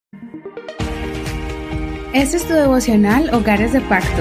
Este es tu devocional Hogares de Pacto.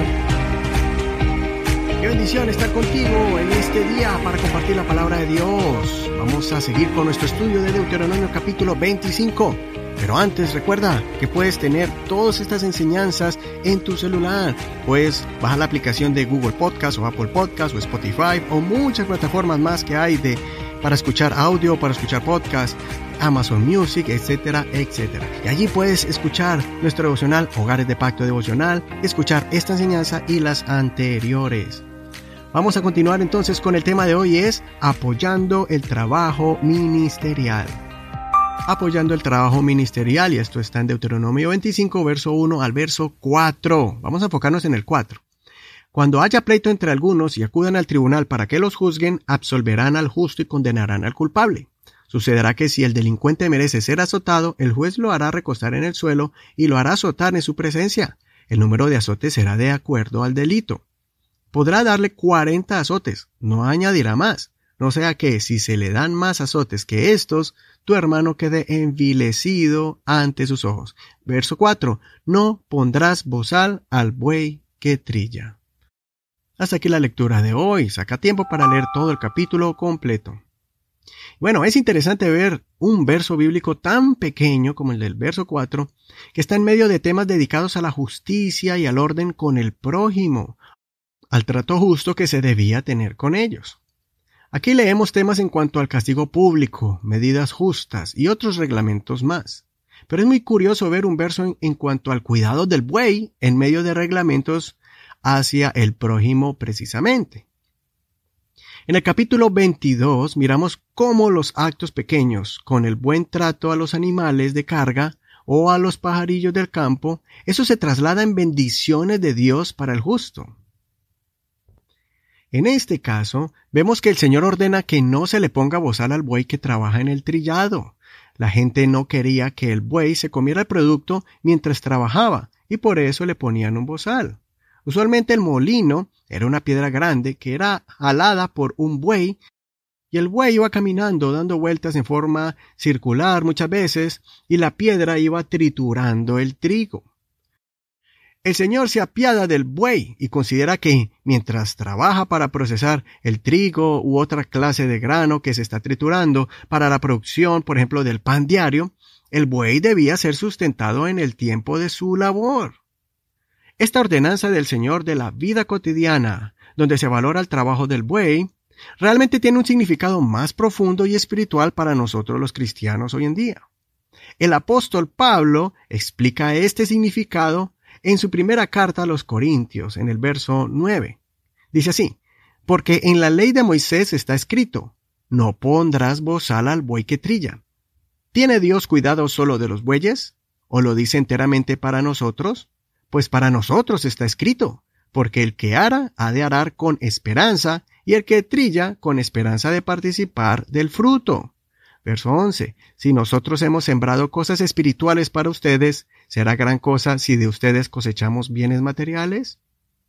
Qué bendición estar contigo en este día para compartir la palabra de Dios. Vamos a seguir con nuestro estudio de Deuteronomio capítulo 25. Pero antes recuerda que puedes tener todas estas enseñanzas en tu celular. Puedes bajar la aplicación de Google Podcast o Apple Podcast o Spotify o muchas plataformas más que hay para escuchar audio, para escuchar podcast, Amazon Music, etcétera, etcétera. Y allí puedes escuchar nuestro devocional Hogares de Pacto Devocional, escuchar esta enseñanza y las anteriores. Vamos a continuar entonces con el tema de hoy, es apoyando el trabajo ministerial. Apoyando el trabajo ministerial, y esto está en Deuteronomio 25, verso 1 al verso 4. Vamos a enfocarnos en el 4. Cuando haya pleito entre algunos y acudan al tribunal para que los juzguen, absolverán al justo y condenarán al culpable. Sucederá que si el delincuente merece ser azotado, el juez lo hará recostar en el suelo y lo hará azotar en su presencia. El número de azotes será de acuerdo al delito. Podrá darle 40 azotes, no añadirá más. No sea que, si se le dan más azotes que estos, tu hermano quede envilecido ante sus ojos. Verso 4. No pondrás bozal al buey que trilla. Hasta aquí la lectura de hoy. Saca tiempo para leer todo el capítulo completo. Bueno, es interesante ver un verso bíblico tan pequeño como el del verso 4, que está en medio de temas dedicados a la justicia y al orden con el prójimo, al trato justo que se debía tener con ellos. Aquí leemos temas en cuanto al castigo público, medidas justas y otros reglamentos más. Pero es muy curioso ver un verso en cuanto al cuidado del buey en medio de reglamentos hacia el prójimo precisamente. En el capítulo 22 miramos cómo los actos pequeños, con el buen trato a los animales de carga o a los pajarillos del campo, eso se traslada en bendiciones de Dios para el justo. En este caso, vemos que el Señor ordena que no se le ponga bozal al buey que trabaja en el trillado. La gente no quería que el buey se comiera el producto mientras trabajaba, y por eso le ponían un bozal. Usualmente el molino era una piedra grande que era jalada por un buey, y el buey iba caminando dando vueltas en forma circular muchas veces, y la piedra iba triturando el trigo. El Señor se apiada del buey y considera que, mientras trabaja para procesar el trigo u otra clase de grano que se está triturando para la producción, por ejemplo, del pan diario, el buey debía ser sustentado en el tiempo de su labor. Esta ordenanza del Señor de la vida cotidiana, donde se valora el trabajo del buey, realmente tiene un significado más profundo y espiritual para nosotros los cristianos hoy en día. El apóstol Pablo explica este significado en su primera carta a los Corintios, en el verso 9. Dice así: porque en la ley de Moisés está escrito, no pondrás bozal al buey que trilla. ¿Tiene Dios cuidado solo de los bueyes? ¿O lo dice enteramente para nosotros? Pues para nosotros está escrito, porque el que ara ha de arar con esperanza, y el que trilla con esperanza de participar del fruto. Verso 11. Si nosotros hemos sembrado cosas espirituales para ustedes, ¿será gran cosa si de ustedes cosechamos bienes materiales?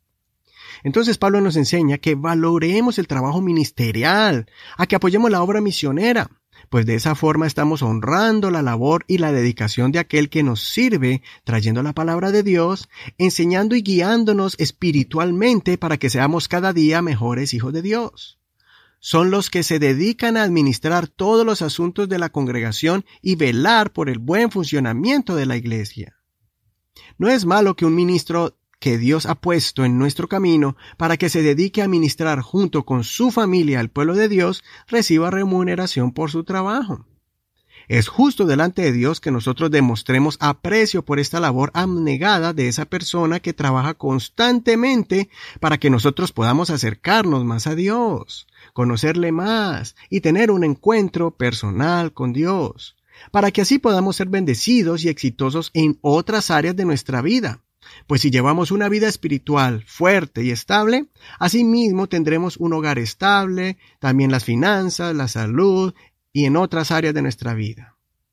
Entonces Pablo nos enseña que valoremos el trabajo ministerial, a que apoyemos la obra misionera, pues de esa forma estamos honrando la labor y la dedicación de aquel que nos sirve, trayendo la palabra de Dios, enseñando y guiándonos espiritualmente para que seamos cada día mejores hijos de Dios. Son los que se dedican a administrar todos los asuntos de la congregación y velar por el buen funcionamiento de la iglesia. No es malo que un ministro que Dios ha puesto en nuestro camino para que se dedique a ministrar junto con su familia al pueblo de Dios reciba remuneración por su trabajo. Es justo delante de Dios que nosotros demostremos aprecio por esta labor abnegada de esa persona que trabaja constantemente para que nosotros podamos acercarnos más a Dios, conocerle más y tener un encuentro personal con Dios, para que así podamos ser bendecidos y exitosos en otras áreas de nuestra vida. Pues si llevamos una vida espiritual fuerte y estable, asimismo tendremos un hogar estable, también las finanzas, la salud y en otras áreas de nuestra vida.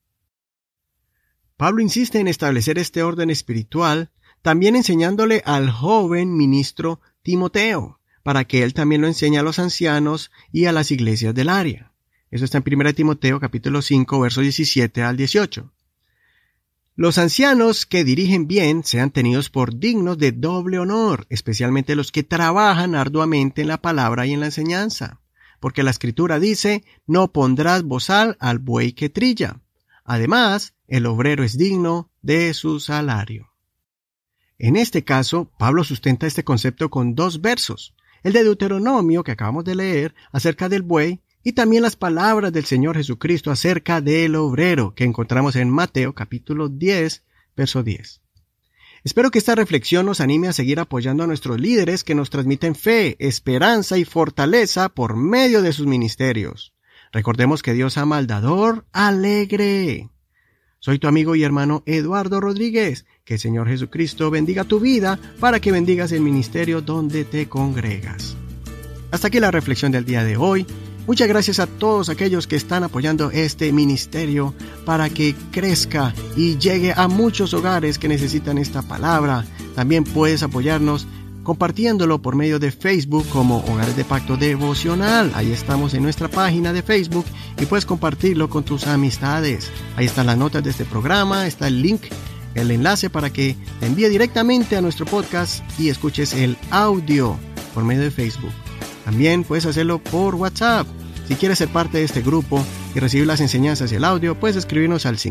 Pablo insiste en establecer este orden espiritual, también enseñándole al joven ministro Timoteo, para que él también lo enseñe a los ancianos y a las iglesias del área. Eso está en 1 Timoteo capítulo 5, versos 17 al 18. Los ancianos que dirigen bien sean tenidos por dignos de doble honor, especialmente los que trabajan arduamente en la palabra y en la enseñanza. Porque la Escritura dice, no pondrás bozal al buey que trilla. Además, el obrero es digno de su salario. En este caso, Pablo sustenta este concepto con 2 versos, el de Deuteronomio que acabamos de leer acerca del buey y también las palabras del Señor Jesucristo acerca del obrero que encontramos en Mateo capítulo 10, verso 10. Espero que esta reflexión nos anime a seguir apoyando a nuestros líderes que nos transmiten fe, esperanza y fortaleza por medio de sus ministerios. Recordemos que Dios ama al dador alegre. Soy tu amigo y hermano Eduardo Rodríguez. Que el Señor Jesucristo bendiga tu vida para que bendigas el ministerio donde te congregas. Hasta aquí la reflexión del día de hoy. Muchas gracias a todos aquellos que están apoyando este ministerio para que crezca y llegue a muchos hogares que necesitan esta palabra. También puedes apoyarnos compartiéndolo por medio de Facebook como Hogares de Pacto Devocional. Ahí estamos en nuestra página de Facebook y puedes compartirlo con tus amistades. Ahí están las notas de este programa, está el link, el enlace para que te envíe directamente a nuestro podcast y escuches el audio por medio de Facebook. También puedes hacerlo por WhatsApp. Si quieres ser parte de este grupo y recibir las enseñanzas y el audio, puedes escribirnos al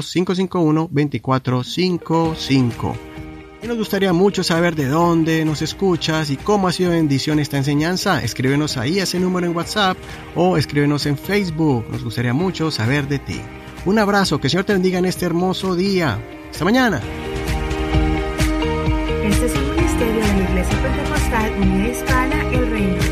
562-551-2455. Y nos gustaría mucho saber de dónde nos escuchas y cómo ha sido bendición esta enseñanza. Escríbenos ahí a ese número en WhatsApp o escríbenos en Facebook. Nos gustaría mucho saber de ti. Un abrazo, que el Señor te bendiga en este hermoso día. Hasta mañana. Este es un ministerio de la Iglesia Pentecostal Unida Hispana, El Reino.